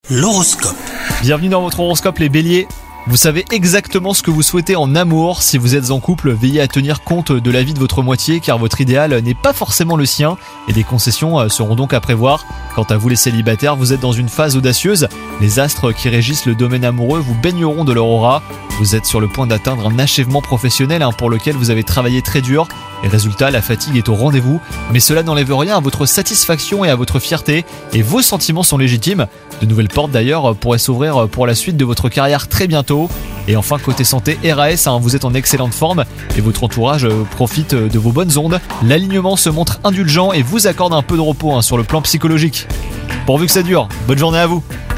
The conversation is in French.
L'horoscope. Bienvenue dans votre horoscope les béliers. Vous savez exactement ce que vous souhaitez en amour. Si vous êtes en couple, veillez à tenir compte de l'avis de votre moitié car votre idéal n'est pas forcément le sien et des concessions seront donc à prévoir. Quant à vous les célibataires, vous êtes dans une phase audacieuse. Les astres qui régissent le domaine amoureux vous baigneront de leur aura. Vous êtes sur le point d'atteindre un achèvement professionnel pour lequel vous avez travaillé très dur. Et résultat, la fatigue est au rendez-vous, mais cela n'enlève rien à votre satisfaction et à votre fierté, et vos sentiments sont légitimes. De nouvelles portes d'ailleurs pourraient s'ouvrir pour la suite de votre carrière très bientôt. Et enfin côté santé, RAS, vous êtes en excellente forme et votre entourage profite de vos bonnes ondes. L'alignement se montre indulgent et vous accorde un peu de repos sur le plan psychologique. Pourvu que ça dure, bonne journée à vous.